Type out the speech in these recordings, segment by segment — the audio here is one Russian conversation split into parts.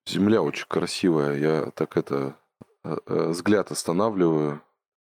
Земля очень красивая. Я так взгляд останавливаю.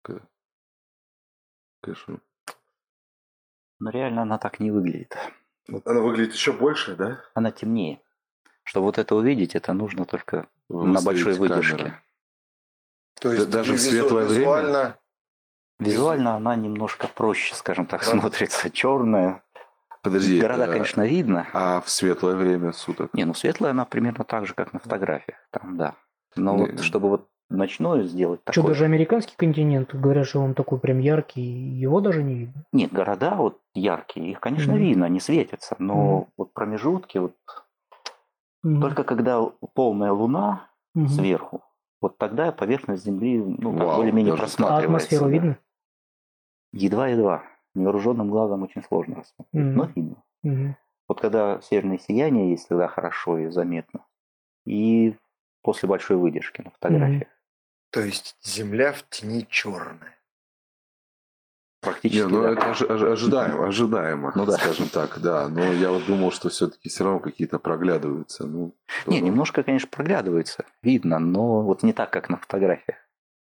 Конечно. Но реально она так не выглядит. Она выглядит еще больше, да? Она темнее. Чтобы вот это увидеть, это нужно только на Выставить большой выдержке. камеры. То есть Даже в светлое время? визуально... Визуально она немножко проще, скажем так, смотрится. Черная. Подожди. Города, конечно, видно. А в светлое время суток? Не, ну светлая она примерно так же, как на фотографиях. Там, да. Но Не. вот чтобы вот ночное сделать Что, такое... даже американский континент, говорят, что он такой прям яркий, его даже не видно. Нет, города вот яркие, их, конечно, Мгм. видно, они светятся, но Мгм. вот промежутки, вот Мгм. только когда полная луна Мгм. сверху, вот тогда поверхность Земли, ну, так Вау, более-менее даже так. А просматривается. атмосферу да. видно? Едва-едва. Невооруженным глазом очень сложно рассмотреть, Мгм. но видно. Мгм. Вот когда северное сияние есть, тогда хорошо и заметно. И после большой выдержки на фотографиях. То есть земля в тени черная. Практически, Не, ну да. это ожидаемо, Ну да. скажем так, да. Но я вот думал, что все-таки все равно какие-то проглядываются. Ну, Не, здорово. немножко, конечно, проглядывается, видно, но вот не так, как на фотографиях.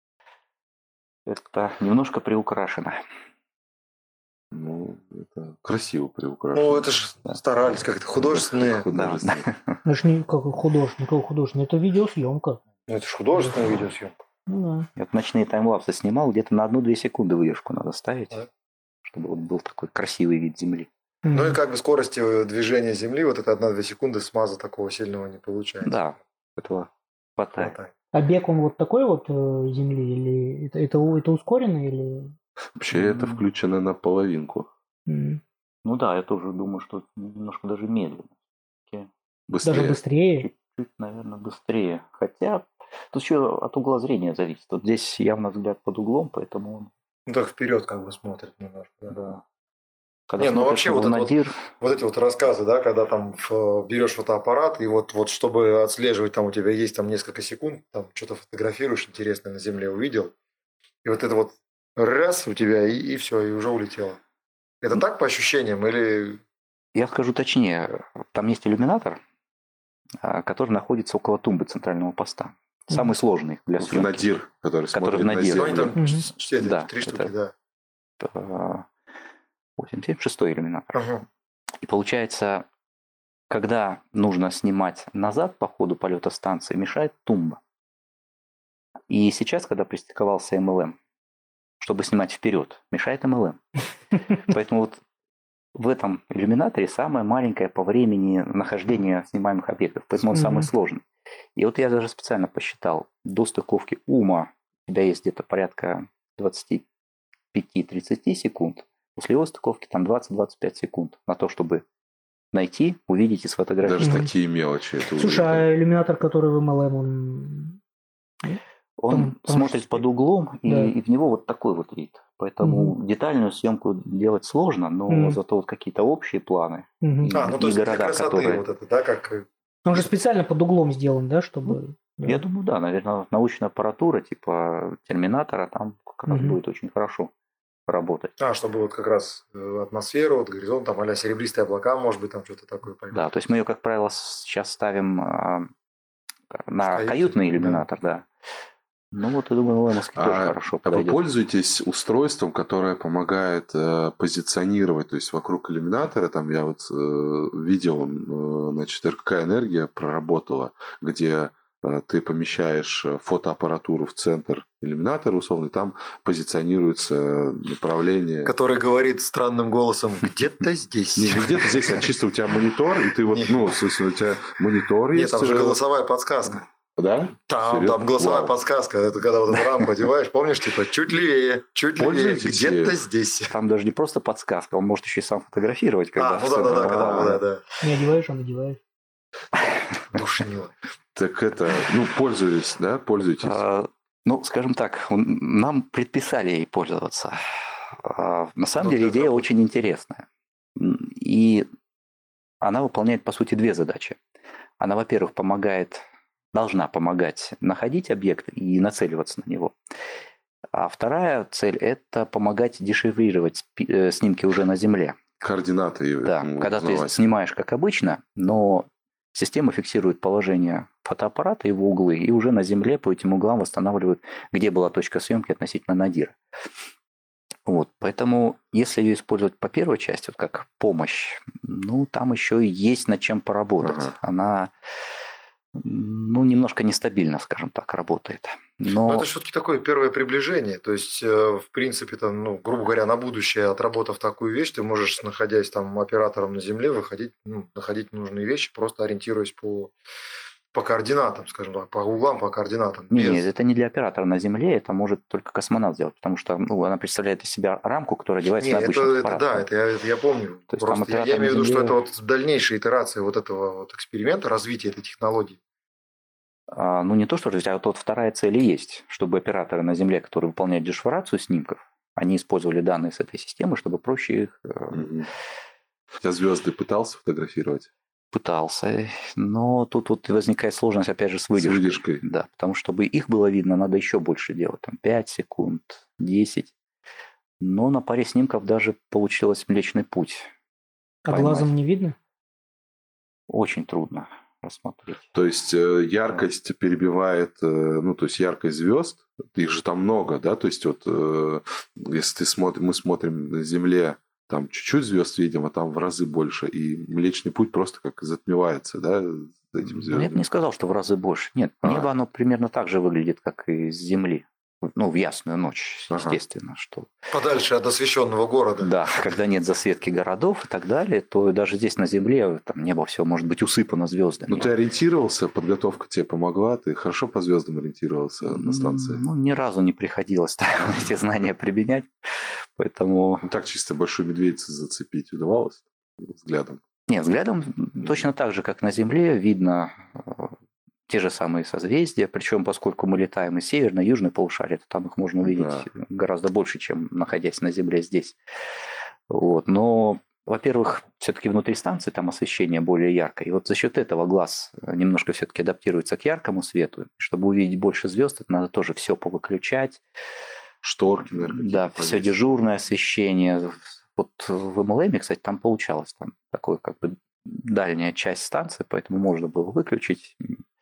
Это немножко приукрашено. Ну, это красиво приукрашено. Ну, это же старались как-то художественные. Художественно. Это ж не как художник, это видеосъемка. Ну, это же художественная видеосъемка. Ну да. Я вот ночные таймлапсы снимал, где-то на 1-2 секунды выдержку надо ставить, Да. чтобы вот был такой красивый вид Земли. Ну и как бы скорости движения Земли, вот это 1-2 секунды смаза такого сильного не получается. Да, этого хватает. Хватает. А бег он вот такой вот земли или это ускоренный или? Вообще это включено на половинку. М. Ну да, я тоже думаю, что немножко даже медленно. Быстрее. Даже быстрее? Чуть-чуть, наверное, быстрее. Хотя тут еще от угла зрения зависит. Вот здесь явно взгляд под углом, поэтому он... Ну так вперед как бы смотрит немножко. Да. Да. Когда Не, ну смотришь вообще на вот это надир, Вот эти вот рассказы, да, когда там берешь фотоаппарат, и вот чтобы отслеживать, там у тебя есть там несколько секунд, там что-то фотографируешь интересное на земле увидел, и вот это вот раз у тебя, и все, и уже улетело. Это так по ощущениям или... я скажу точнее, там есть иллюминатор, который находится около тумбы центрального поста. Самый сложный для В съемки. надир, который смотрит в на надир. Ну, они землю. там Мгм. Да, 3 штуки, это- да. 86-й иллюминатор. Ага. И получается, когда нужно снимать назад по ходу полета станции, мешает тумба. И сейчас, когда пристыковался МЛМ, чтобы снимать вперед, мешает МЛМ. Поэтому вот в этом иллюминаторе самое маленькое по времени нахождения снимаемых объектов. Поэтому он самый Мгм. сложный. И вот я даже специально посчитал, до стыковки УМа у тебя есть где-то порядка 25-30 секунд. После его стыковки там 20-25 секунд на то, чтобы найти, увидеть и сфотографировать. Даже Мгм. такие мелочи. Это Слушай, уже, а иллюминатор, который в MLM, он... Он Там смотрит под углом, Да. и в него вот такой вот вид. Поэтому детальную съемку делать сложно, но Мгм. зато вот какие-то общие планы Мгм. и, Ну то и есть для города, красоты которые... вот это, да, как... Он же специально под углом сделан, да, чтобы... Я думаю, да, наверное, научная аппаратура типа терминатора там как раз Мгм. будет очень хорошо работать. чтобы вот как раз атмосферу, вот горизонт, там а-ля серебристые облака, может быть, там что-то такое поймать. Да, то есть мы ее, как правило, сейчас ставим на В каюте, каютный да. иллюминатор, да. Ну вот, я думаю, ЛМС тоже хорошо А вы подойдет. пользуетесь устройством, которое помогает позиционировать, то есть вокруг иллюминатора, там я вот видел, значит, какая энергия проработала, где ты помещаешь фотоаппаратуру в центр иллюминатора, условно, и там позиционируется направление. Который говорит странным голосом где-то здесь. Не где-то здесь, а чисто у тебя монитор, и ты вот, ну, в смысле, у тебя монитор Нет, есть. там же голосовая подсказка. Да? Там Серьезно? голосовая Вау. подсказка. Это когда вот эту рамку одеваешь, помнишь, типа чуть левее, Пользуетесь где-то ею? здесь. Там даже не просто подсказка, он может еще и сам фотографировать, когда Ну всё. да, когда да. Не одеваешь, а надеваешь. Душнило. Так это, ну, пользуетесь, да? Пользуетесь. Ну, скажем так, нам предписали ей пользоваться. На самом деле идея очень интересная. И она выполняет, по сути, две задачи. Она, во-первых, должна помогать находить объект и нацеливаться на него. А вторая цель – это помогать дешифрировать снимки уже на Земле. Координаты. Да, когда ты снимаешь как обычно, но Система фиксирует положение фотоаппарата, его углы, и уже на Земле по этим углам восстанавливает, где была точка съемки относительно надира. Вот, поэтому, если ее использовать по первой части, вот как помощь, ну, там еще и есть над чем поработать. Она, ну, немножко нестабильно, скажем так, работает. Но это все-таки такое первое приближение. То есть, в принципе, там, ну, грубо говоря, на будущее, отработав такую вещь, ты можешь, находясь там оператором на Земле, находить нужные вещи, просто ориентируясь по координатам, скажем так, по углам, по координатам. Нет, это не для оператора на Земле, это может только космонавт сделать, потому что она представляет из себя рамку, которая одевается на обычный аппарат. Да, это я помню. То есть просто я имею в виду, что это вот дальнейшая итерация вот этого вот эксперимента, развития этой технологии. Ну, не то, что развитие, а вот вторая цель и есть, чтобы операторы на Земле, которые выполняют дешифрацию снимков, они использовали данные с этой системы, чтобы проще их... Я звезды пытался фотографировать? Пытался, но тут вот возникает сложность, опять же, с выдержкой. Да, потому что, чтобы их было видно, надо еще больше делать, там 5 секунд, 10. Но на паре снимков даже получилось Млечный Путь. А глазом не видно? Очень трудно рассмотреть. То есть яркость перебивает, ну, то есть яркость звезд, их же там много, да, то есть вот если мы смотрим на Земле, там чуть-чуть звезд видим, а там в разы больше, и Млечный Путь просто как затмевается, да, этим звездами. Я бы не сказал, что в разы больше. Нет, небо оно примерно так же выглядит, как и с Земли. Ну, в ясную ночь, естественно. Что... Подальше от освещенного города. Да, когда нет засветки городов и так далее, то даже здесь на Земле там небо все может быть усыпано звездами. Ну, ты ориентировался, подготовка тебе помогла, ты хорошо по звездам ориентировался на станции? Ну, ни разу не приходилось эти знания применять, поэтому... Ну, так чисто большую медведицу зацепить удавалось взглядом? Нет, взглядом точно так же, как на Земле, видно те же самые созвездия, причем поскольку мы летаем из северной и южной полушария, то там их можно увидеть гораздо больше, чем находясь на Земле здесь. Вот. Но, во-первых, все-таки внутри станции там освещение более яркое, и вот за счет этого глаз немножко все-таки адаптируется к яркому свету. Чтобы увидеть больше звезд, это надо тоже все повыключать. Шторки, наверное. Да, все дежурное освещение. Вот в МЛМ, кстати, там получалось, там такое как бы дальняя часть станции, поэтому можно было выключить.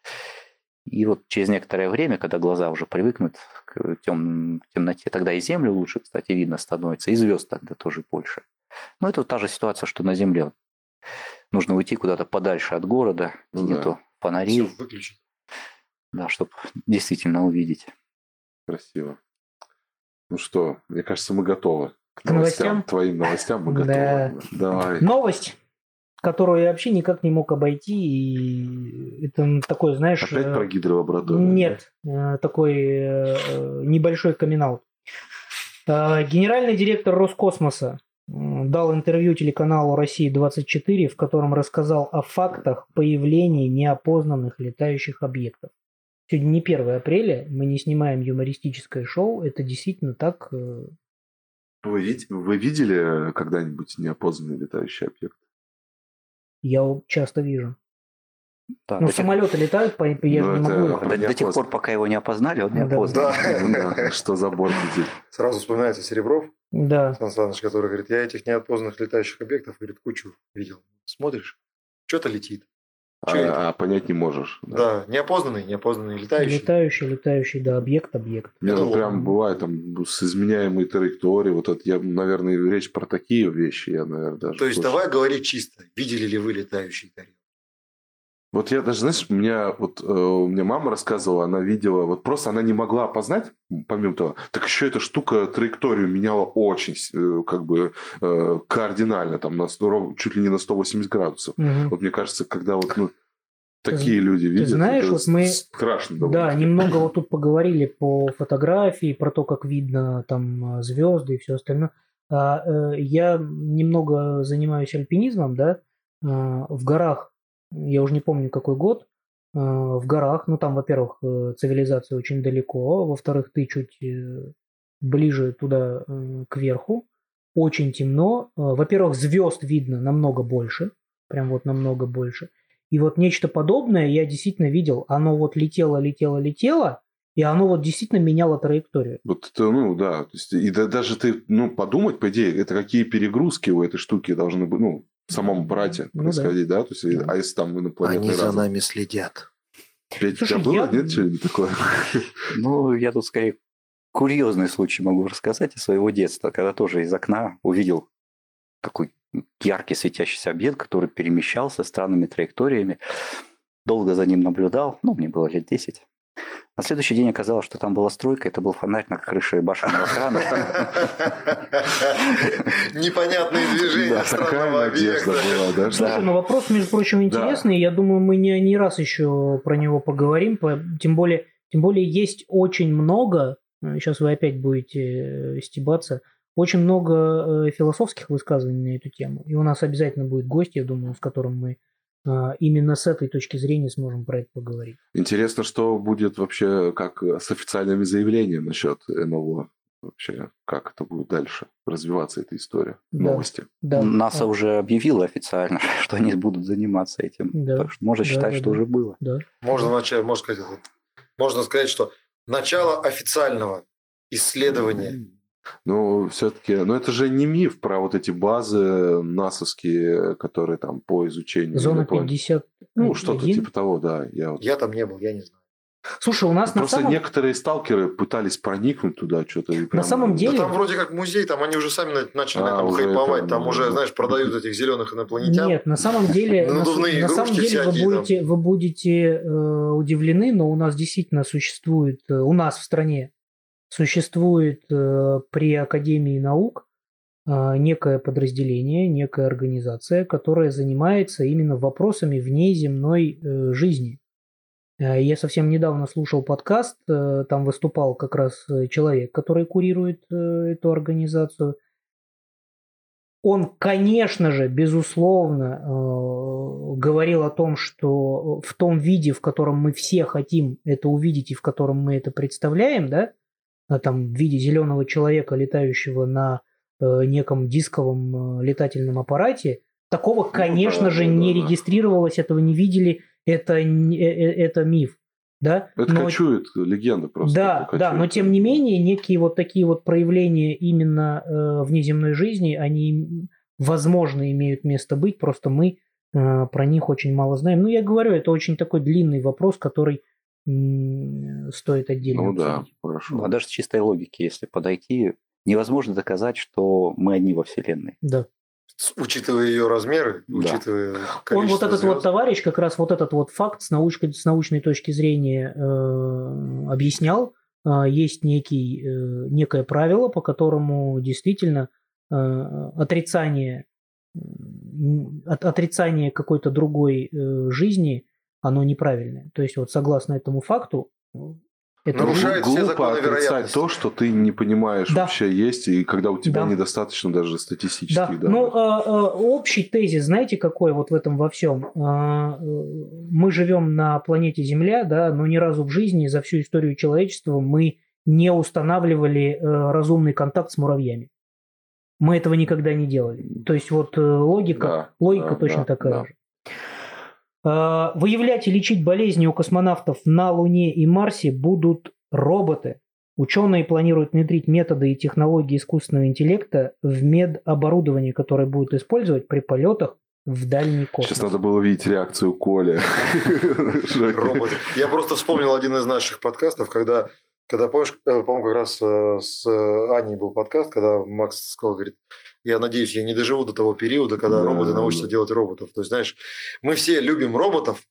И вот через некоторое время, когда глаза уже привыкнут к темноте, тогда и Землю лучше, кстати, видно становится, и звезд тогда тоже больше. Но это вот та же ситуация, что на Земле. Нужно уйти куда-то подальше от города, где нету фонарей. Все выключить. Да, чтобы действительно увидеть. Красиво. Ну что, мне кажется, мы готовы. К новостям? Твоим новостям мы готовы. Да. Давай. Новость, которую я вообще никак не мог обойти, и это такой, знаешь... Опять про гидролабораторию? Нет, такой небольшой камин-аут. Генеральный директор Роскосмоса дал интервью телеканалу «Россия-24», в котором рассказал о фактах появления неопознанных летающих объектов. Сегодня не 1 апреля, мы не снимаем юмористическое шоу, это действительно так. Вы видели когда-нибудь неопознанный летающий объект? Я часто вижу. Да, ну, самолеты летают, я же не могу... До тех пор, пока его не опознали, он не опознан. Да. Что за борт летит? Сразу вспоминается Серебров, да. Сан Саныч, который говорит, я этих неопознанных летающих объектов, говорит, кучу видел. Смотришь, что-то летит. А понять не можешь. Да, неопознанный, летающий. Летающий, да, объект. Нет, ну прям бывает там с изменяемой траекторией. Вот это, наверное, речь про такие вещи, я, наверное, даже... То есть, давай говорить чисто. Видели ли вы летающие тарелки? Вот я даже, знаешь, у меня мама рассказывала, она видела, вот просто она не могла опознать, помимо того, так еще эта штука траекторию меняла очень, как бы, кардинально, там, чуть ли не на 180 градусов. Угу. Вот мне кажется, когда вот, такие люди видят, ты знаешь, это вот мы, страшно. Да, немного вот тут поговорили по фотографии, про то, как видно там звезды и все остальное. Я немного занимаюсь альпинизмом, да, в горах. Я уже не помню, какой год, в горах, там, во-первых, цивилизация очень далеко, во-вторых, ты чуть ближе туда, кверху, очень темно, во-первых, звезд видно намного больше, прям вот намного больше, и вот нечто подобное я действительно видел, оно вот летело, и оно вот действительно меняло траекторию. Вот это, да, то есть, и даже ты, подумать, по идее, это какие перегрузки у этой штуки должны быть, в самом аппарате Ну происходить, да? То есть, Да. а если там инопланетный Они за разум? нами следят. Петь, у Слушай, тебя было, я- нет, что-нибудь такое? Ну, я тут скорее курьезный случай могу рассказать из своего детства, когда тоже из окна увидел такой яркий светящийся объект, который перемещался странными траекториями. Долго за ним наблюдал, ну, мне было лет 10. На следующий день оказалось, что там была стройка, это был фонарь на крыше башенного крана. Непонятные движения Да, такая странного надежда объекта. была, да? что- Слушай, ну вопрос, между прочим, интересный. Я думаю, мы не раз еще про него поговорим. Тем более есть очень много, сейчас вы опять будете стебаться, очень много философских высказываний на эту тему. И у нас обязательно будет гость, я думаю, с которым мы именно с этой точки зрения сможем про это поговорить. Интересно, что будет вообще как с официальными заявлениями насчет НЛО. Вообще, как это будет дальше развиваться, эта история? Да. Новости. Да. НАСА уже объявила официально, что они будут заниматься этим. Да. Так что можно Да, считать, да, что да. уже было. Да. Можно сказать, что начало официального исследования. Ну, все-таки, это же не миф про вот эти базы насовские, которые там по изучению. Зона инопланетян. 50. Ну, что-то типа того, да. Я там не был, я не знаю. Слушай, у нас на Просто самом... некоторые сталкеры пытались проникнуть туда, что-то. и прям- самом деле- Да там вроде как музей, там они уже сами начали на этом уже хайповать, это, там уже, ну, знаешь, продают этих зеленых инопланетян. Нет, на самом деле, Надувные на самом игрушки деле всякие вы будете удивлены, но у нас действительно существует, у нас в стране существует при Академии наук некое подразделение, некая организация, которая занимается именно вопросами внеземной жизни. Я совсем недавно слушал подкаст, там выступал как раз человек, который курирует эту организацию. Он, конечно же, безусловно, говорил о том, что в том виде, в котором мы все хотим это увидеть и в котором мы это представляем, да, там в виде зеленого человека, летающего на неком дисковом летательном аппарате, такого, конечно же, не регистрировалось, этого не видели, это миф. Да? Это кочует, легенда просто. Да, да, но тем не менее, некие вот такие вот проявления именно внеземной жизни, они, возможно, имеют место быть, просто мы про них очень мало знаем. Ну, я говорю, это очень такой длинный вопрос, который стоит отдельно обсудить. Да, хорошо. А даже с чистой логики, если подойти, невозможно доказать, что мы одни во Вселенной. Да. Учитывая ее размеры, учитывая количество Он вот этот звезд. вот товарищ, как раз вот этот вот факт с научной точки зрения объяснял. Есть некое правило, по которому действительно отрицание какой-то другой жизни, оно неправильное. То есть вот согласно этому факту, это Нарушает все глупо законы отрицать вероятности. то, что ты не понимаешь вообще есть, и когда у тебя недостаточно даже статистических данных. Ну, общий тезис, знаете, какой вот в этом во всем? Мы живем на планете Земля, да, но ни разу в жизни за всю историю человечества мы не устанавливали разумный контакт с муравьями. Мы этого никогда не делали. То есть вот логика точно такая же. Выявлять и лечить болезни у космонавтов на Луне и Марсе будут роботы. Ученые планируют внедрить методы и технологии искусственного интеллекта в медоборудование, которое будут использовать при полетах в дальний космос. Сейчас надо было видеть реакцию Коли. Роботы. Я просто вспомнил один из наших подкастов, когда помнишь, по-моему, как раз с Аней был подкаст, когда Макс сказал, говорит, я надеюсь, я не доживу до того периода, когда роботы научатся делать роботов. То есть, знаешь, мы все любим роботов,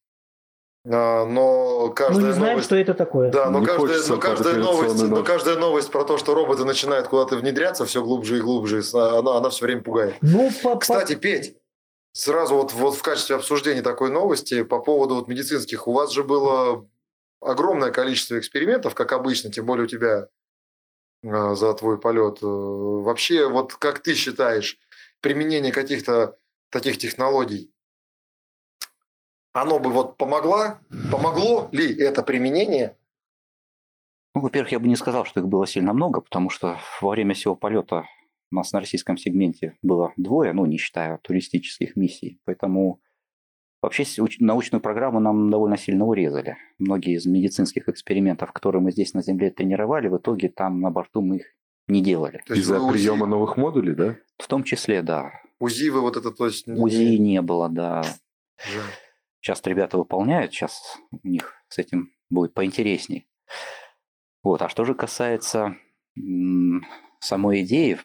но каждая мы не знаем, новость... что это такое. Да, но каждая новость про то, что роботы начинают куда-то внедряться все глубже и глубже, она все время пугает. Кстати, Петь, сразу вот в качестве обсуждения такой новости по поводу вот медицинских, у вас же было огромное количество экспериментов, как обычно, тем более у тебя за твой полет. Вообще, вот как ты считаешь, применение каких-то таких технологий, оно бы вот помогло ли это применение? Ну, во-первых, я бы не сказал, что их было сильно много, потому что во время всего полета у нас на российском сегменте было 2, не считая туристических миссий. Поэтому вообще научную программу нам довольно сильно урезали. Многие из медицинских экспериментов, которые мы здесь на Земле тренировали, в итоге там на борту мы их не делали. Из-за приема новых модулей, да? В том числе, да. УЗИ вы вот это, то есть... УЗИ не было, да. Жаль. Сейчас ребята выполняют, сейчас у них с этим будет поинтересней. Вот. А что же касается самой идеи,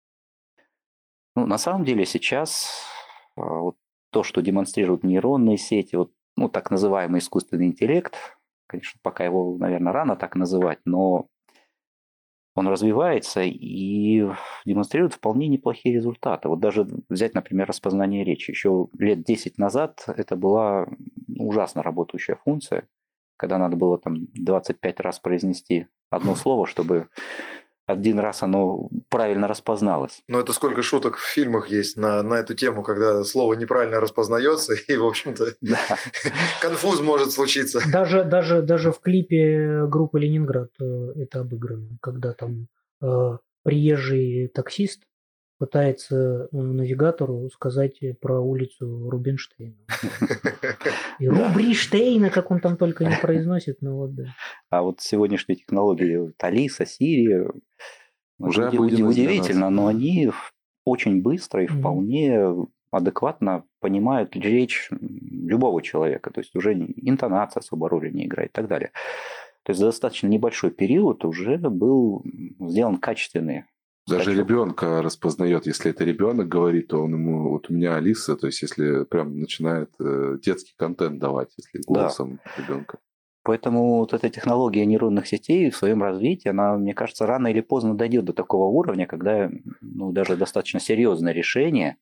ну, на самом деле сейчас вот то, что демонстрируют нейронные сети, вот, ну, так называемый искусственный интеллект, конечно, пока его, наверное, рано так называть, но он развивается и демонстрирует вполне неплохие результаты. Вот даже взять, например, распознание речи. Еще лет 10 назад это была ужасно работающая функция, когда надо было там 25 раз произнести одно слово, чтобы один раз оно правильно распозналось. Но это сколько шуток в фильмах есть на эту тему, когда слово неправильно распознается, и, в общем-то, конфуз может случиться. Даже в клипе группы «Ленинград» это обыграно, когда там приезжий таксист пытается навигатору сказать про улицу Рубинштейна. И Рубинштейна, как он там только не произносит, ну вот да. А вот сегодняшние технологии, Алиса, Сири, Уже удивительно, но они очень быстро и вполне адекватно понимают речь любого человека. То есть уже интонация особо роли не играет и так далее. То есть за достаточно небольшой период уже был сделан качественный. Даже ребенка распознает, если это ребенок говорит, то он ему, вот у меня Алиса, то есть если прям начинает детский контент давать, если голосом ребенка. Поэтому вот эта технология нейронных сетей в своем развитии, она, мне кажется, рано или поздно дойдет до такого уровня, когда даже достаточно серьезное решение,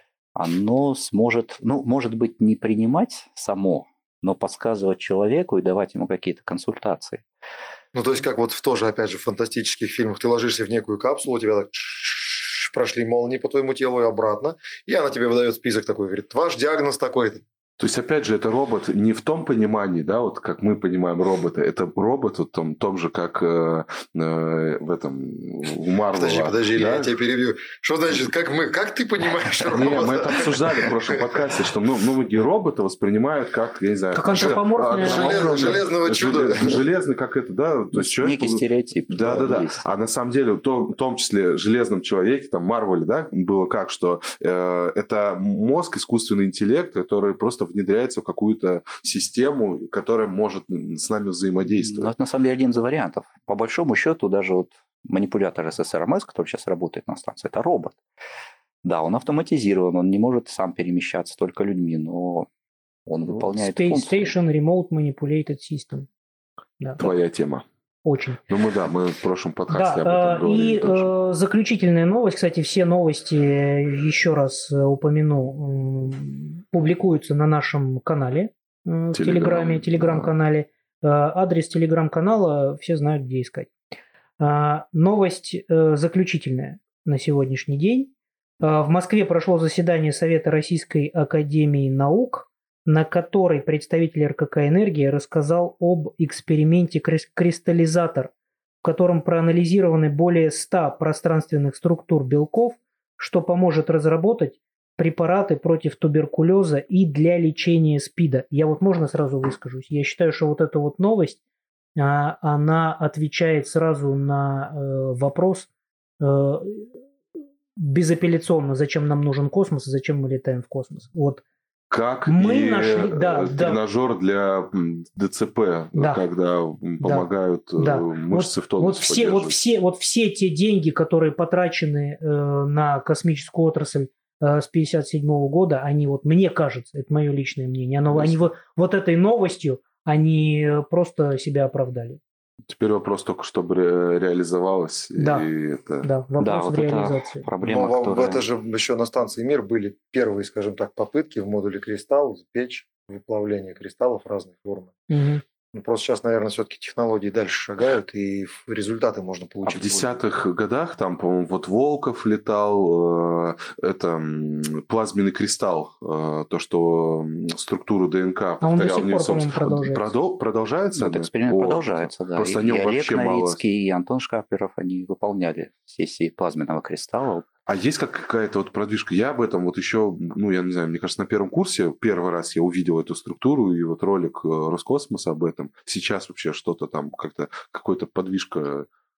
оно сможет, может быть, не принимать само, но подсказывать человеку и давать ему какие-то консультации. Ну, то есть, как вот в тоже, опять же, в фантастических фильмах, ты ложишься в некую капсулу, у тебя так прошли молнии по твоему телу и обратно, и она тебе выдает список такой, говорит, ваш диагноз такой-то. То есть, опять же, это робот не в том понимании, да, вот как мы понимаем робота, это робот вот в том же, как в этом, у Марвела. Подожди, да? Я тебя перебью. Что значит, как ты понимаешь робота? Не, мы это обсуждали в прошлом подкасте, что многие роботы воспринимают как, я не знаю... Как антропоморфное. Железного чуда. Железный, как это, да? То есть некий стереотип. Да. А на самом деле, в том числе, в «Железном человеке», там, Марвеле, да, было как, что это мозг, искусственный интеллект, который просто внедряется в какую-то систему, которая может с нами взаимодействовать. Но это на самом деле один из вариантов. По большому счету, даже вот манипулятор СССР-МС, который сейчас работает на станции, это робот. Да, он автоматизирован, он не может сам перемещаться только людьми, но он выполняет функцию. Space Station Remote Manipulated System. Да. Твоя тема. Очень. Мы в прошлом подкасте об этом говорили. И заключительная новость, кстати, все новости, еще раз упомяну, публикуются на нашем канале, в телеграм-канале. Адрес телеграм-канала все знают, где искать. Новость заключительная на сегодняшний день. В Москве прошло заседание Совета Российской Академии Наук, на которой представитель РКК «Энергия» рассказал об эксперименте «Кристаллизатор», в котором проанализированы более 100 пространственных структур белков, что поможет разработать препараты против туберкулеза и для лечения СПИДа. Я вот можно сразу выскажусь? Я считаю, что вот эта вот новость, она отвечает сразу на вопрос безапелляционно, зачем нам нужен космос и зачем мы летаем в космос. Вот. Как мы нашли, тренажер для ДЦП, когда помогают мышцы в тонусе. Вот все те деньги, которые потрачены на космическую отрасль с 1957 года, они вот, мне кажется, это мое личное мнение, они вот этой новостью, они просто себя оправдали. Теперь вопрос только, чтобы реализовалось. Вопрос реализации. Проблема, которая... Это же еще на станции «Мир» были первые, скажем так, попытки в модуле «Кристалл» печь выплавление кристаллов разной формы. Угу. Просто сейчас, наверное, все-таки технологии дальше шагают, и результаты можно получить. А в десятых годах там, по-моему, вот Волков летал, плазменный кристалл, то, что структуру ДНК повторял. А он до сих пор, по-моему, продолжается. Этот эксперимент продолжается, да. Просто и Олег Новицкий, и Антон Шкаперов, они выполняли сессии плазменного кристалла. А есть какая-то вот продвижка? Я об этом вот еще, я не знаю, мне кажется, на первом курсе первый раз я увидел эту структуру и вот ролик Роскосмоса об этом. Сейчас вообще что-то там как-то, какая-то подвижка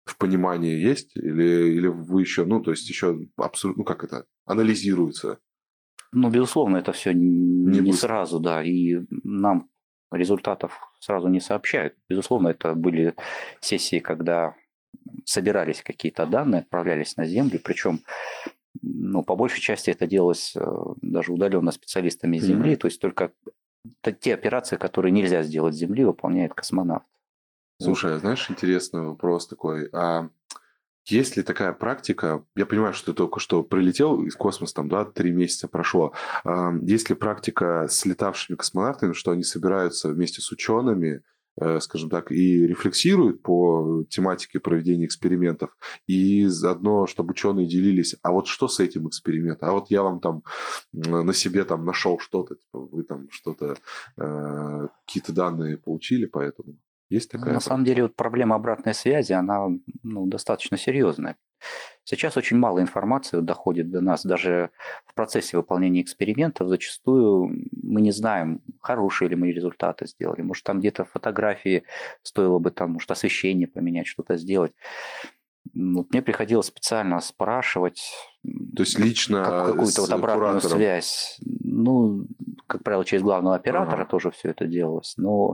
в понимании есть? Или вы еще, то есть еще абсолютно, как это, анализируется? Безусловно, это все не сразу, да, и нам результатов сразу не сообщают. Безусловно, это были сессии, когда собирались какие-то данные, отправлялись на Землю, причем по большей части это делалось даже удаленно специалистами с Земли, то есть только те операции, которые нельзя сделать с Земли, выполняет космонавт. Слушай, знаешь, интересный вопрос такой. А есть ли такая практика? Я понимаю, что ты только что прилетел из космоса, 3 месяца прошло. Есть ли практика с летавшими космонавтами, что они собираются вместе с учеными, скажем так, и рефлексируют по тематике проведения экспериментов, и заодно, чтобы ученые делились, а вот что с этим экспериментом? А вот я вам на себе нашел что-то, вы что-то, какие-то данные получили по этому? Есть такая На самом деле проблема обратной связи, она достаточно серьезная. Сейчас очень мало информации доходит до нас. Даже в процессе выполнения экспериментов зачастую мы не знаем, хорошие ли мы результаты сделали. Может, там где-то фотографии стоило бы может, освещение поменять, что-то сделать. Мне приходилось специально спрашивать. То есть лично какую-то обратную связь. Как правило, через главного оператора тоже все это делалось. Но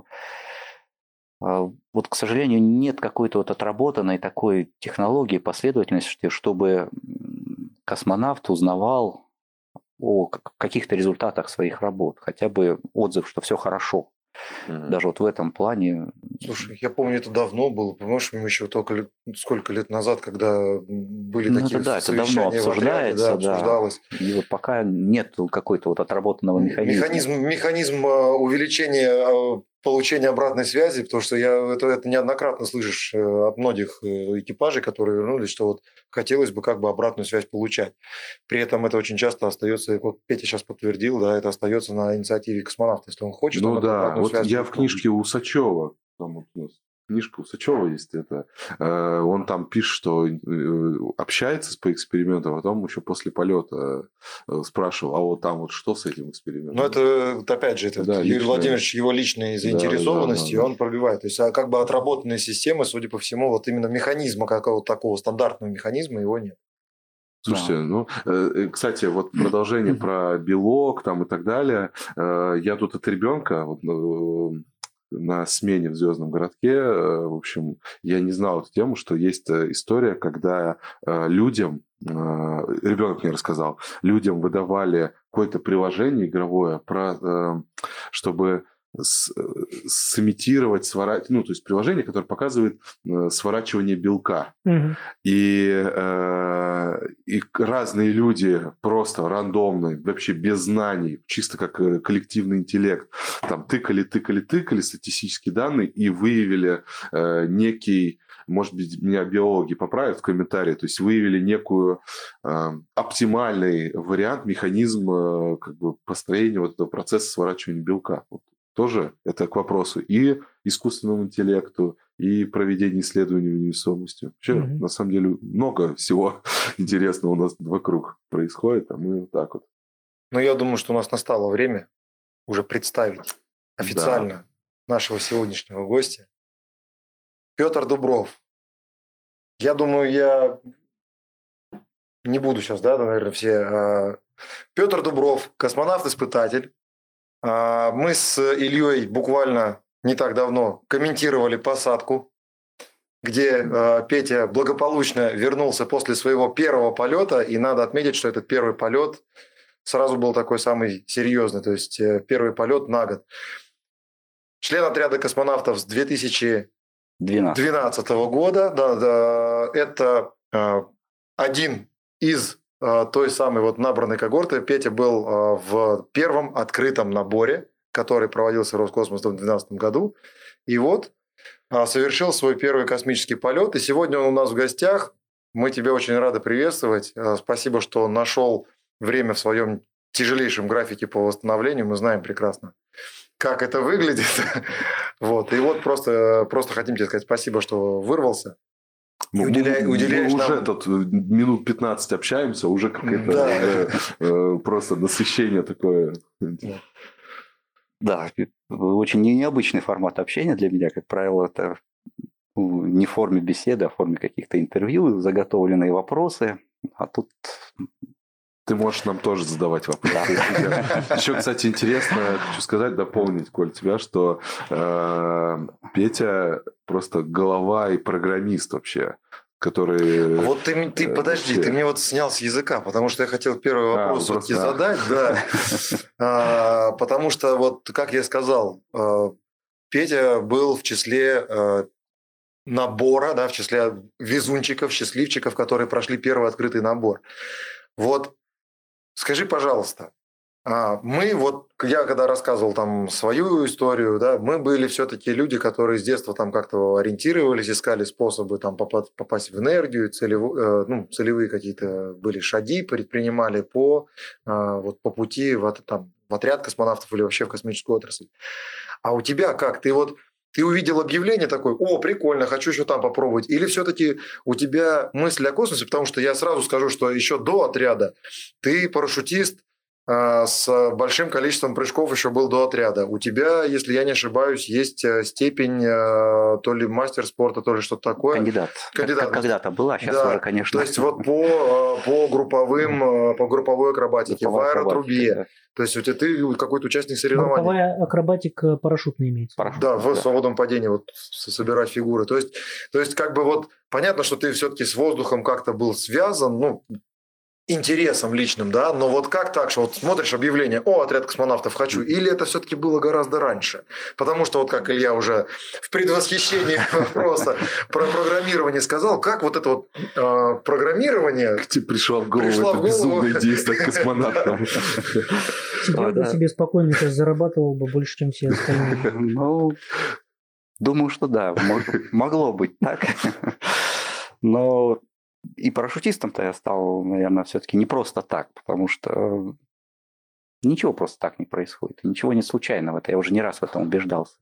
к сожалению, нет какой-то отработанной такой технологии, последовательности, чтобы космонавт узнавал о каких-то результатах своих работ, хотя бы отзыв, что все хорошо. Даже в этом плане. Слушай, я помню, это давно было, понимаешь, мы еще только сколько лет назад, когда были такие это давно обсуждается, обсуждалось. И пока нет какой-то отработанного механизма. Механизм увеличения получения обратной связи, потому что это неоднократно слышишь от многих экипажей, которые вернулись, что хотелось бы обратную связь получать. При этом это очень часто остается, Петя сейчас подтвердил, это остается на инициативе космонавта, если он хочет. Я в книжке Усачева, там у нас книжка Усачева есть, он там пишет, что общается по экспериментам, а потом еще после полета спрашивал, а что с этим экспериментом? Это опять же, Юрий Владимирович, его личной заинтересованности, он пробивает. То есть, отработанные системы, судя по всему, именно механизма, какого-то такого стандартного механизма его нет. Слушайте, кстати, продолжение про белок и так далее. Я тут от ребенка на смене в Звездном городке, в общем, я не знал эту тему, что есть история, когда людям, ребенок мне рассказал, людям выдавали какое-то приложение игровое, чтобы сымитировать то есть приложение, которое показывает сворачивание белка. И разные люди просто рандомные, вообще без знаний, чисто как коллективный интеллект, тыкали статистические данные и выявили некий, может быть, меня биологи поправят в комментарии, то есть выявили некую оптимальный вариант, механизм построения этого процесса сворачивания белка. Тоже это к вопросу и искусственному интеллекту, и проведению исследований невесомости. Вообще, на самом деле, много всего интересного у нас вокруг происходит, а мы так . Я думаю, что у нас настало время уже представить официально нашего сегодняшнего гостя. Петр Дубров. Я думаю, я не буду сейчас, наверное, все. Петр Дубров, космонавт-испытатель. Мы с Ильей буквально не так давно комментировали посадку, где Петя благополучно вернулся после своего первого полета. И надо отметить, что этот первый полет сразу был такой самый серьезный, то есть первый полет на год. Член отряда космонавтов с 2012 года. Это один из той самой набранной когорты. Петя был в первом открытом наборе, который проводился Роскосмосом в 2012 году. И совершил свой первый космический полет. И сегодня он у нас в гостях. Мы тебя очень рады приветствовать. Спасибо, что нашел время в своем тяжелейшем графике по восстановлению. Мы знаем прекрасно, как это выглядит. И просто хотим тебе сказать спасибо, что вырвался. Мы уже тут минут 15 общаемся, уже какое-то просто насыщение такое. Да, очень необычный формат общения для меня. Как правило, это не в форме беседы, а в форме каких-то интервью, заготовленные вопросы. А тут... Ты можешь нам тоже задавать вопросы. Еще, кстати, интересно, хочу сказать, дополнить, Коль, тебя, что Петя просто голова и программист вообще, который... Вот ты подожди, ты мне вот снял с языка, потому что я хотел первый вопрос все-таки задать, да. Потому что, вот как я сказал, Петя был в числе набора, да, в числе везунчиков, счастливчиков, которые прошли первый открытый набор. Вот скажи, пожалуйста, я когда рассказывал там свою историю, да, мы были все-таки люди, которые с детства там как-то ориентировались, искали способы там попасть в энергию, целевые какие-то были шаги, предпринимали по пути в отряд космонавтов или вообще в космическую отрасль. А у тебя как? Ты увидел объявление такое, прикольно, хочу еще там попробовать. Или все-таки у тебя мысль о космосе, потому что я сразу скажу, что еще до отряда ты парашютист с большим количеством прыжков еще был до отряда. У тебя, если я не ошибаюсь, есть степень то ли мастер спорта, то ли что-то такое. Кандидат. Когда-то была, сейчас уже, конечно. То есть вот по групповой акробатике, в аэротрубе. Да. То есть ты какой-то участник соревнований. Групповая акробатика парашютная имеется. Да, в свободном падении собирать фигуры. То есть как бы понятно, что ты все-таки с воздухом как-то был связан, интересом личным, да, но вот как так, что смотришь объявление, отряд космонавтов хочу, или это все-таки было гораздо раньше? Потому что как Илья уже в предвосхищении вопроса про программирование сказал, как это программирование... Как тебе пришла в голову эта безумная идея стать космонавтом? Сидел бы себе спокойно, сейчас зарабатывал бы больше, чем все остальные. Думаю, что да, могло быть так, но... И парашютистом-то я стал, наверное, все-таки не просто так, потому что ничего просто так не происходит, ничего не случайного, я уже не раз в этом убеждался.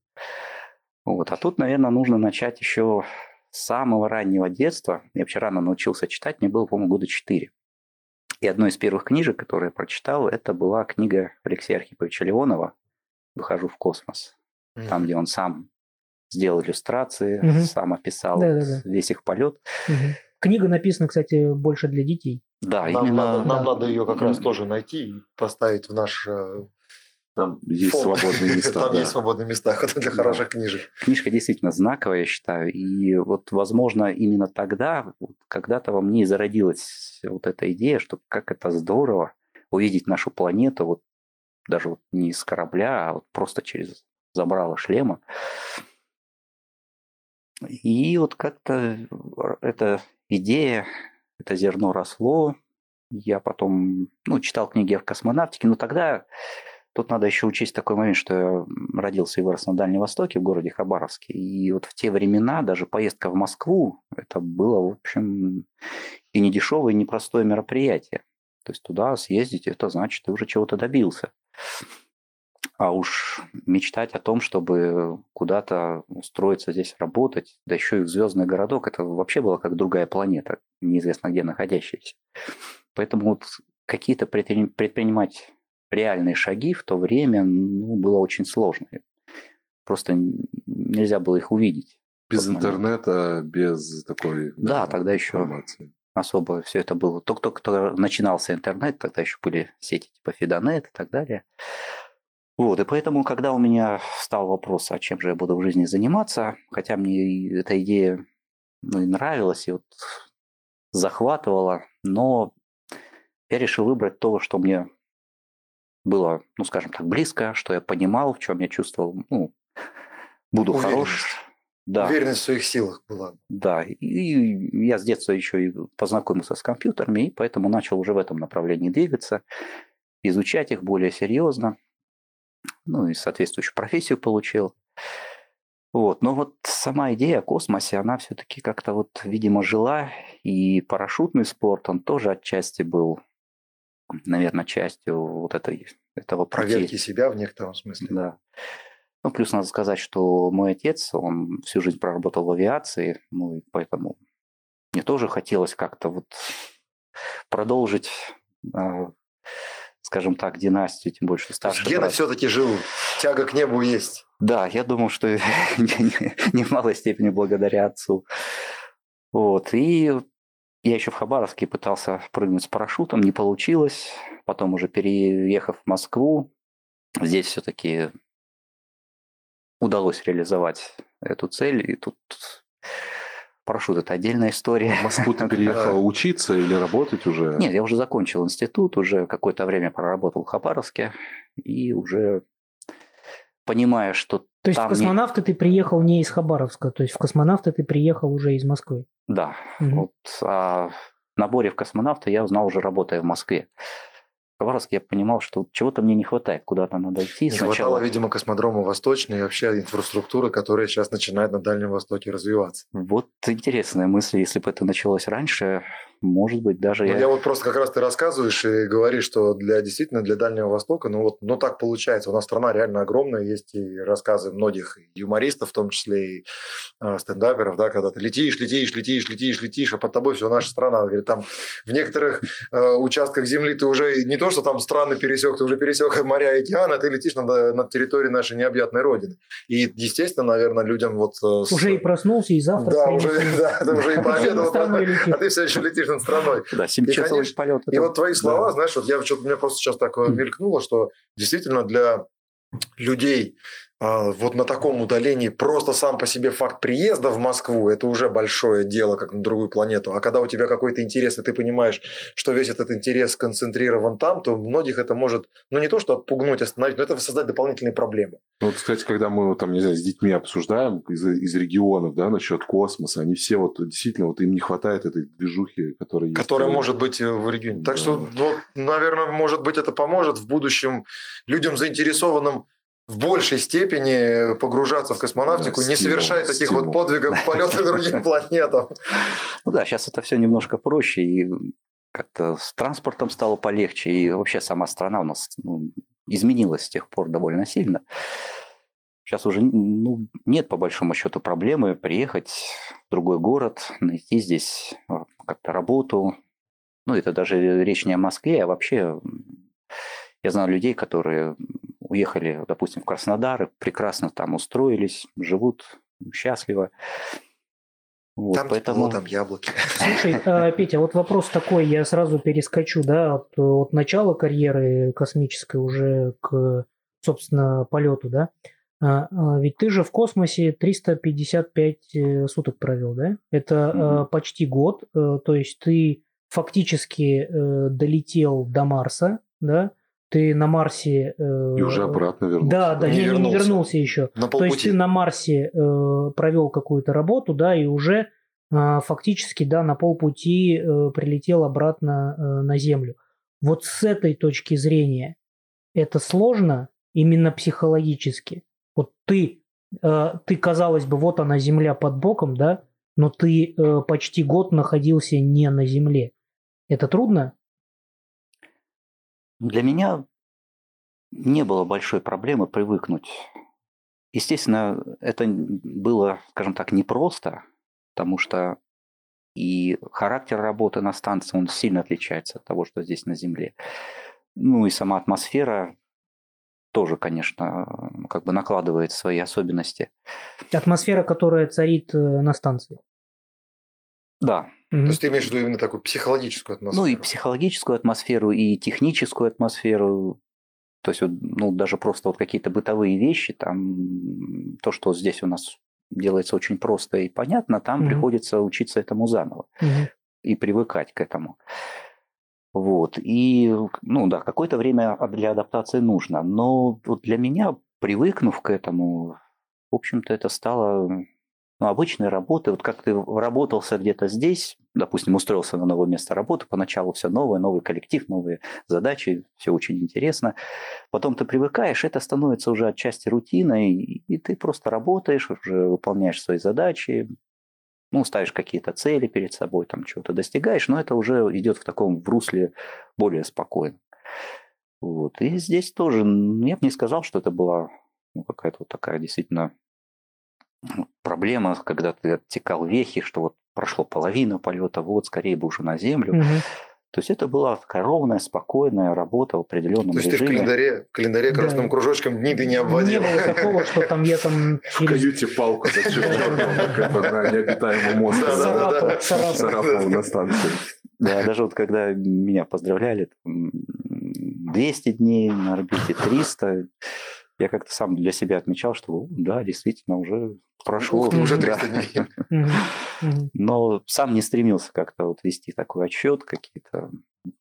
А тут, наверное, нужно начать еще с самого раннего детства. Я вообще рано научился читать, мне было, по-моему, года 4. И одной из первых книжек, которую я прочитал, это была книга Алексея Архиповича Леонова «Выхожу в космос». Там, где он сам сделал иллюстрации, сам описал весь их полет. Книга написана, кстати, больше для детей. Да, нам надо ее как раз тоже найти и поставить в наш... Там есть свободные места. Там есть свободные места для хороших книжек. Книжка действительно знаковая, я считаю. И возможно, именно тогда, когда-то во мне и зародилась эта идея, что как это здорово увидеть нашу планету, даже не с корабля, а просто через забрало шлема. И как-то эта идея, это зерно росло. Я потом читал книги о космонавтике, но тогда тут надо еще учесть такой момент, что я родился и вырос на Дальнем Востоке, в городе Хабаровске. И в те времена даже поездка в Москву, это было, в общем, и не дешевое, и непростое мероприятие. То есть туда съездить, это значит, ты уже чего-то добился. А уж мечтать о том, чтобы куда-то устроиться здесь работать, да еще и в звездный городок, это вообще было как другая планета, неизвестно где находящаяся. Поэтому какие-то предпринимать реальные шаги в то время было очень сложно. Просто нельзя было их увидеть. Без интернета, без такой тогда информации. Еще особо все это было. Только начинался интернет, тогда еще были сети типа Фидонет и так далее. И поэтому, когда у меня встал вопрос, а чем же я буду в жизни заниматься, хотя мне эта идея и нравилась, и захватывала, но я решил выбрать то, что мне было, скажем так, близко, что я понимал, в чем я чувствовал, буду хорош. Да. Уверенность в своих силах была. Да, и я с детства еще и познакомился с компьютерами, и поэтому начал уже в этом направлении двигаться, изучать их более серьезно. И соответствующую профессию получил. Но сама идея о космосе, она все-таки как-то видимо, жила. И парашютный спорт, он тоже отчасти был, наверное, частью этого проверки себя в некотором смысле. Да. Плюс надо сказать, что мой отец, он всю жизнь проработал в авиации, и поэтому мне тоже хотелось как-то продолжить, скажем так, династию, тем более, что старший гены брат... все-таки живут, тяга к небу есть. Да, я думал, что не в малой степени благодаря отцу. Вот. И я еще в Хабаровске пытался прыгнуть с парашютом, не получилось. Потом уже переехав в Москву, здесь все-таки удалось реализовать эту цель. И тут парашют – это отдельная история. В Москву ты переехала учиться или работать уже? Нет, я уже закончил институт, уже какое-то время проработал в Хабаровске. И уже понимая, что То есть в космонавты ты приехал не из Хабаровска, то есть в космонавты ты приехал уже из Москвы? Да. Вот о наборе в космонавты я узнал уже работая в Москве. В Хабаровске я понимал, что чего-то мне не хватает, куда-то надо идти. Не хватало, видимо, космодрома Восточный и вообще инфраструктуры, которая сейчас начинает на Дальнем Востоке развиваться. Вот интересная мысль. Если бы это началось раньше, может быть, даже я вот просто как раз ты рассказываешь и говоришь, что действительно для Дальнего Востока, так получается. У нас страна реально огромная, есть и рассказы многих юмористов, в том числе и стендаперов, да, когда ты летишь, а под тобой все наша страна. Говорит, там в некоторых участках земли ты уже не то, что там страны пересек, ты уже пересек моря и океаны, ты летишь над территорией нашей необъятной родины. И, естественно, наверное, людям вот... Уже и проснулся, и завтра... Да, ты уже и пообедал, а ты все еще летишь над страной. Да, 7-часовой полет. И вот твои слова, знаешь, вот у меня просто сейчас так мелькнуло, что действительно для людей вот на таком удалении просто сам по себе факт приезда в Москву – это уже большое дело, как на другую планету. А когда у тебя какой-то интерес, и ты понимаешь, что весь этот интерес сконцентрирован там, то многих это может, не то что отпугнуть, остановить, но это создать дополнительные проблемы. Вот, кстати, когда мы там, не знаю, с детьми обсуждаем из регионов, да, насчет космоса, они все вот действительно, вот им не хватает этой движухи, которая есть. Которая может быть в регионе. Так что, наверное, может быть, это поможет в будущем людям, заинтересованным в большей степени погружаться в космонавтику, не совершая таких вот подвигов полета к другим планетам. Ну да, сейчас это все немножко проще, и как-то с транспортом стало полегче, и вообще сама страна у нас изменилась с тех пор довольно сильно. Сейчас уже нет, по большому счету, проблемы приехать в другой город, найти здесь как-то работу. Это даже речь не о Москве, а вообще я знаю людей, которые уехали, допустим, в Краснодар, прекрасно там устроились, живут счастливо. Вот, там поэтому... там яблоки. Слушай, Петя, вот вопрос такой, я сразу перескочу, да, от начала карьеры космической уже к, собственно, полету, да. Ведь ты же в космосе 355 суток провел, да? Это почти год, то есть ты фактически долетел до Марса, да? Ты на Марсе... И уже обратно вернулся. Да, не вернулся еще. То есть ты на Марсе провел какую-то работу, да, и уже фактически, да, на полпути прилетел обратно на Землю. Вот с этой точки зрения это сложно именно психологически. Вот ты, казалось бы, вот она Земля под боком, да, но ты почти год находился не на Земле. Это трудно? Для меня не было большой проблемы привыкнуть. Естественно, это было, скажем так, непросто, потому что и характер работы на станции, он сильно отличается от того, что здесь на Земле. И сама атмосфера тоже, конечно, как бы накладывает свои особенности. Атмосфера, которая царит на станции. Да. То есть ты имеешь в виду именно такую психологическую атмосферу? И психологическую атмосферу, и техническую атмосферу. То есть даже просто какие-то бытовые вещи, там то, что здесь у нас делается очень просто и понятно, там приходится учиться этому заново и привыкать к этому. Вот. И, какое-то время для адаптации нужно. Но вот для меня, привыкнув к этому, в общем-то, это стало обычной работой. Вот как ты работался где-то здесь, допустим, устроился на новое место работы, поначалу все новое, новый коллектив, новые задачи, все очень интересно. Потом ты привыкаешь, это становится уже отчасти рутиной, и ты просто работаешь, уже выполняешь свои задачи, ставишь какие-то цели перед собой, там чего-то достигаешь, но это уже идет в русле более спокойно. Вот. И здесь тоже, я бы не сказал, что это была какая-то вот такая действительно проблема, когда ты оттекал вехи, что вот прошло половина полета, вот скорее бы уже на Землю. То есть это была такая ровная, спокойная работа в определенном режиме. То есть ты в календаре красным кружочком дни ты не обводил? Не было такого, что там я там... В каюте палку зачерпнул на необитаемом острове. Царапнул на станции. Да, даже вот когда меня поздравляли, 200 дней на орбите, 300, я как-то сам для себя отмечал, что да, действительно, уже прошло. Уже 300 дней. Но сам не стремился как-то вот вести такой отсчет, какие-то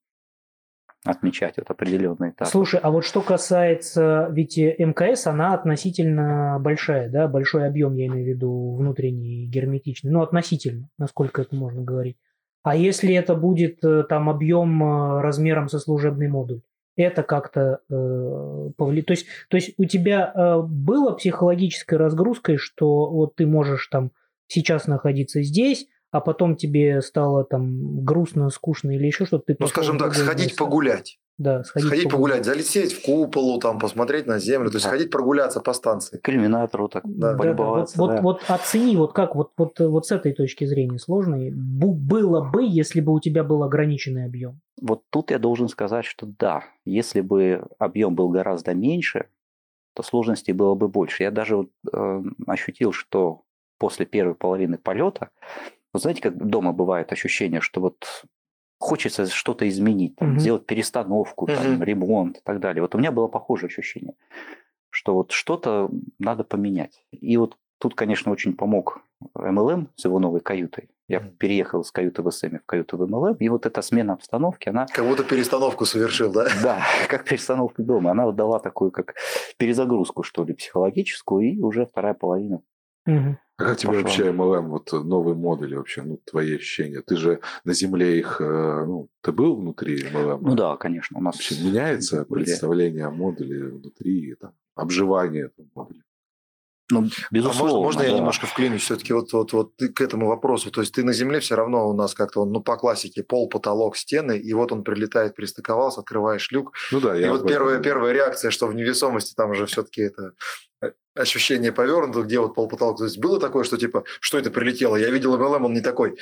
отмечать вот определенные этапы. Слушай, а вот что касается, ведь МКС, она относительно большая, да, большой объем, я имею в виду внутренний, герметичный, ну, относительно, насколько это можно говорить. А если это будет там объем размером со служебный модуль, это как-то повлияет? То есть у тебя была психологической разгрузкой, что вот ты можешь там сейчас находиться здесь, а потом тебе стало там грустно, скучно или еще что-то? Ну, скажем так, сходить погулять. Да, сходить погулять, залететь в куполу, там, посмотреть на землю, то есть сходить прогуляться по станции. К иллюминатору так полюбоваться. Вот оцени, вот как, вот с этой точки зрения сложно было бы, если бы у тебя был ограниченный объем. Вот тут я должен сказать, что да, если бы объем был гораздо меньше, то сложностей было бы больше. Я даже ощутил, что после первой половины полета, вот знаете, как дома бывает ощущение, что вот хочется что-то изменить, там, сделать перестановку, там, ремонт и так далее. Вот у меня было похожее ощущение, что вот что-то надо поменять. И вот тут, конечно, очень помог МЛМ с его новой каютой. Я переехал с каюты в СМ в каюту в МЛМ, и вот эта смена обстановки, она... Как будто перестановку совершил, да? Да, как перестановку дома. Она вот дала такую, как перезагрузку, что ли, психологическую, и уже вторая половина. А как тебе вообще МЛМ, вот новые модули вообще, ну, твои ощущения? Ты же на Земле их, ну, ты был внутри МЛМ? Ну да, конечно. У нас вообще меняется представление о модуле внутри, там, обживание этого модуля? Ну, безусловно. Можно я немножко вклинюсь все-таки вот ты к этому вопросу? То есть ты на Земле все равно у нас как-то, ну, по классике, пол, потолок, стены, и вот он прилетает, пристыковался, открываешь люк. Ну да. И вот первая реакция, что в невесомости там уже все-таки это ощущение повернуто, где вот пол, потолок. То есть было такое, что типа, что это прилетело? Я видел МЛМ, он не такой.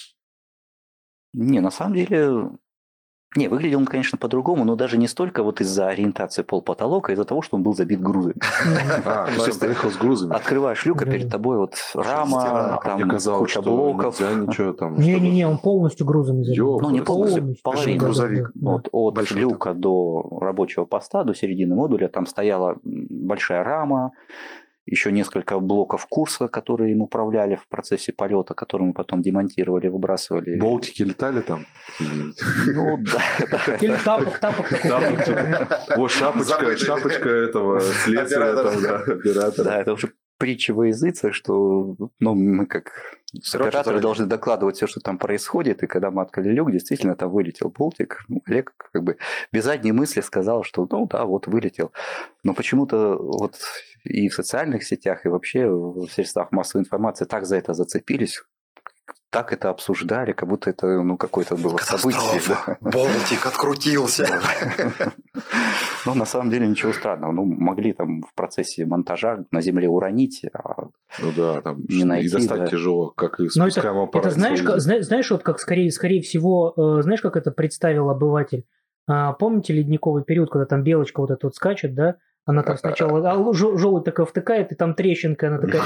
Не, на самом деле... Не, выглядел он, конечно, по-другому, но даже не столько вот из-за ориентации пол-потолок, а из-за того, что он был забит грузами. То есть приехал с грузами. Открываешь люк, а перед тобой вот рама, там куча блоков. Не-не-не, он полностью грузами забит. Ну, не полностью, половина. Грузовик. Вот от люка до рабочего поста, до середины модуля, там стояла большая рама, еще несколько блоков курса, которые им управляли в процессе полета, которые мы потом демонтировали, выбрасывали. Болтики летали там? Ну, да. Или тапок. Вот шапочка этого следствия, оператора. Да, это уже притча во языцах, что мы как операторы должны докладывать все, что там происходит, и когда мы открыли люк, действительно там вылетел болтик. Олег как бы без задней мысли сказал, что ну да, вот вылетел. Но почему-то вот и в социальных сетях, и вообще в средствах массовой информации так за это зацепились, так это обсуждали, как будто это какое-то было событие. Да. Болтик открутился. Но на самом деле ничего странного. Могли там в процессе монтажа на земле уронить, ну да, там не найти, и достать тяжело, как и спускаемый аппарат. Это знаешь, вот как скорее всего, знаешь, как это представил обыватель? Помните ледниковый период, когда там белочка вот эта вот скачет, да? Она там сначала желудь такая втыкает, и там трещинка, она такая...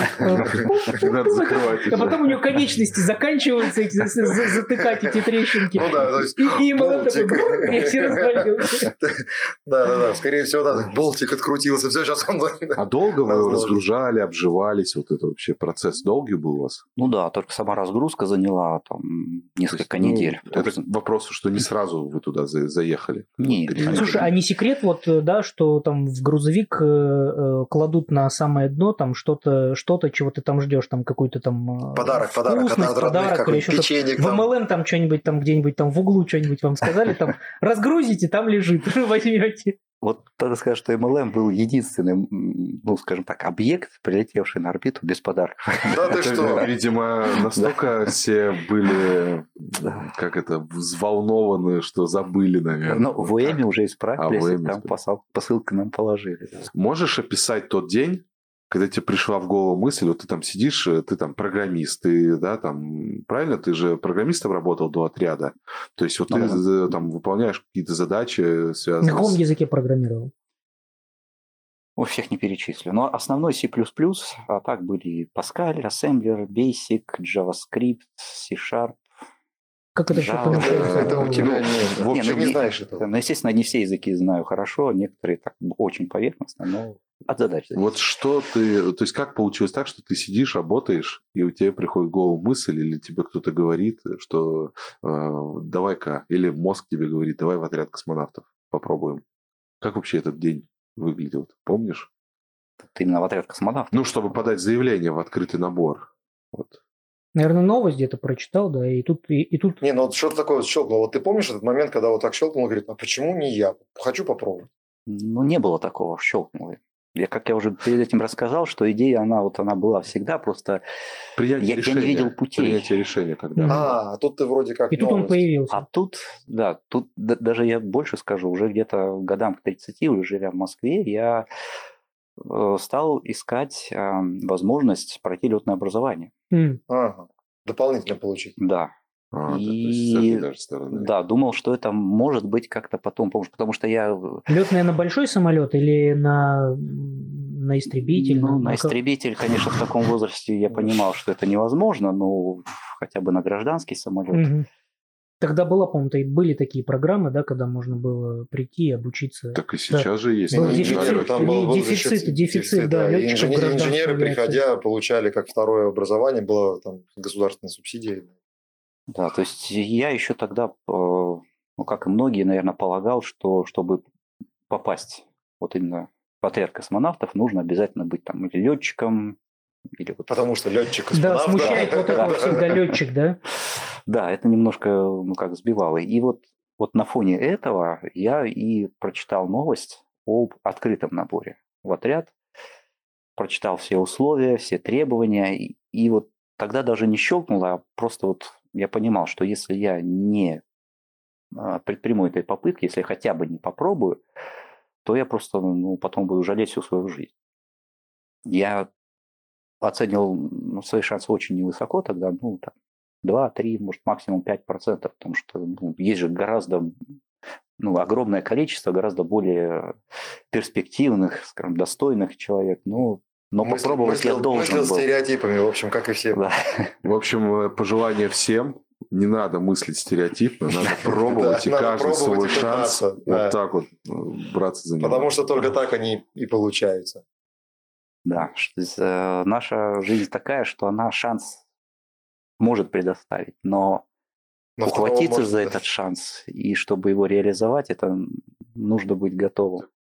Надо закрывать. А потом у нее конечности заканчиваются, затыкать эти трещинки. Ну да, то есть... И такой, и все развалился. Да, скорее всего, да, болтик открутился, все, сейчас он... А долго вы разгружали, обживались, вот это вообще процесс долгий был у вас? Ну да, только сама разгрузка заняла там несколько недель. Это вопрос, что не сразу вы туда заехали. Нет. Слушай, а не секрет вот, да, что там в грузовик кладут на самое дно там что-то, чего ты там ждешь, там какой-то там подарок или еще печенье. В МЛМ там что-нибудь там где-нибудь там в углу что-нибудь вам сказали, там разгрузите, там лежит, возьмете. Вот надо сказать, что МЛМ был единственным, ну, скажем так, объект, прилетевший на орбиту без подарков. Да ты что? Видимо, настолько все были, как это, взволнованы, что забыли, наверное. Ну, в УЭМе уже исправились, там посылку нам положили. Можешь описать тот день, когда тебе пришла в голову мысль, вот ты там сидишь, ты там программист, ты, да, там, правильно, ты же программистом работал до отряда, то есть вот ты там выполняешь какие-то задачи, На связанные каком с... языке программировал? Ой, всех не перечислю. Но основной C++, а так были Pascal, Assembler, Basic, JavaScript, C-Sharp. Как это все Java. помещается? Это у тебя в не, общем, ты не знаешь этого. Ну, естественно, не все языки знаю хорошо, некоторые так очень поверхностно, но от задач зависит. Вот что ты... То есть как получилось так, что ты сидишь, работаешь, и у тебя приходит в голову мысль, или тебе кто-то говорит, что давай-ка, или мозг тебе говорит, давай в отряд космонавтов попробуем. Как вообще этот день выглядел, ты помнишь? Ты именно в отряд космонавтов? Ну, чтобы подать заявление в открытый набор. Вот. Наверное, новость где-то прочитал, да, и тут... Не, ну вот что-то такое вот щелкнуло. Вот ты помнишь этот момент, когда вот так щелкнул, говорит, а почему не я? Хочу попробовать. Ну, не было такого, щелкнуло. Как я уже перед этим рассказал, что идея, она была всегда, просто я не видел путей. Принятие решения когда. А тут ты вроде как И тут он новость. появился. А тут даже я больше скажу, уже где-то годам к 30, уже живя в Москве, я стал искать возможность пройти летное образование. Ага. Дополнительно получить. Да. То есть с этой даже стороны. Да, думал, что это может быть как-то потом, потому что я... Летное на большой самолет или на истребитель? Ну, на истребитель, конечно, в таком возрасте я понимал, что это невозможно, но хотя бы на гражданский самолет. Угу. Тогда было, по-моему, были такие программы, да, когда можно было прийти и обучиться. Так и сейчас же есть. Был дефицит, да, и летчиков инженеры, приходя, получали как второе образование, было там государственная субсидия. Да, то есть я еще тогда, ну, как и многие, наверное, полагал, что чтобы попасть вот именно в отряд космонавтов, нужно обязательно быть там или летчиком, или вот... Потому что летчик-космонавт. Да, смущает вот это всегда летчик, да? Да, это немножко, ну, как сбивало. И вот на фоне этого я и прочитал новость об открытом наборе в отряд, прочитал все условия, все требования, и вот тогда даже не щелкнуло, а просто вот я понимал, что если я не предприму этой попытки, если я хотя бы не попробую, то я просто потом буду жалеть всю свою жизнь. Я оценил свои шансы очень невысоко тогда, 2-3, может, максимум 5%, потому что есть же гораздо, огромное количество гораздо более перспективных, скажем, достойных человек, но попробовать я должен был. Мыслил стереотипами, в общем, как и все. Да. В общем, пожелание всем. Не надо мыслить стереотипно, надо пробовать, и каждый свой шанс вот так вот браться за него. Потому что только так они и получаются. Да, наша жизнь такая, что она шанс может предоставить, но ухватиться за этот шанс, и чтобы его реализовать, это нужно быть готовым.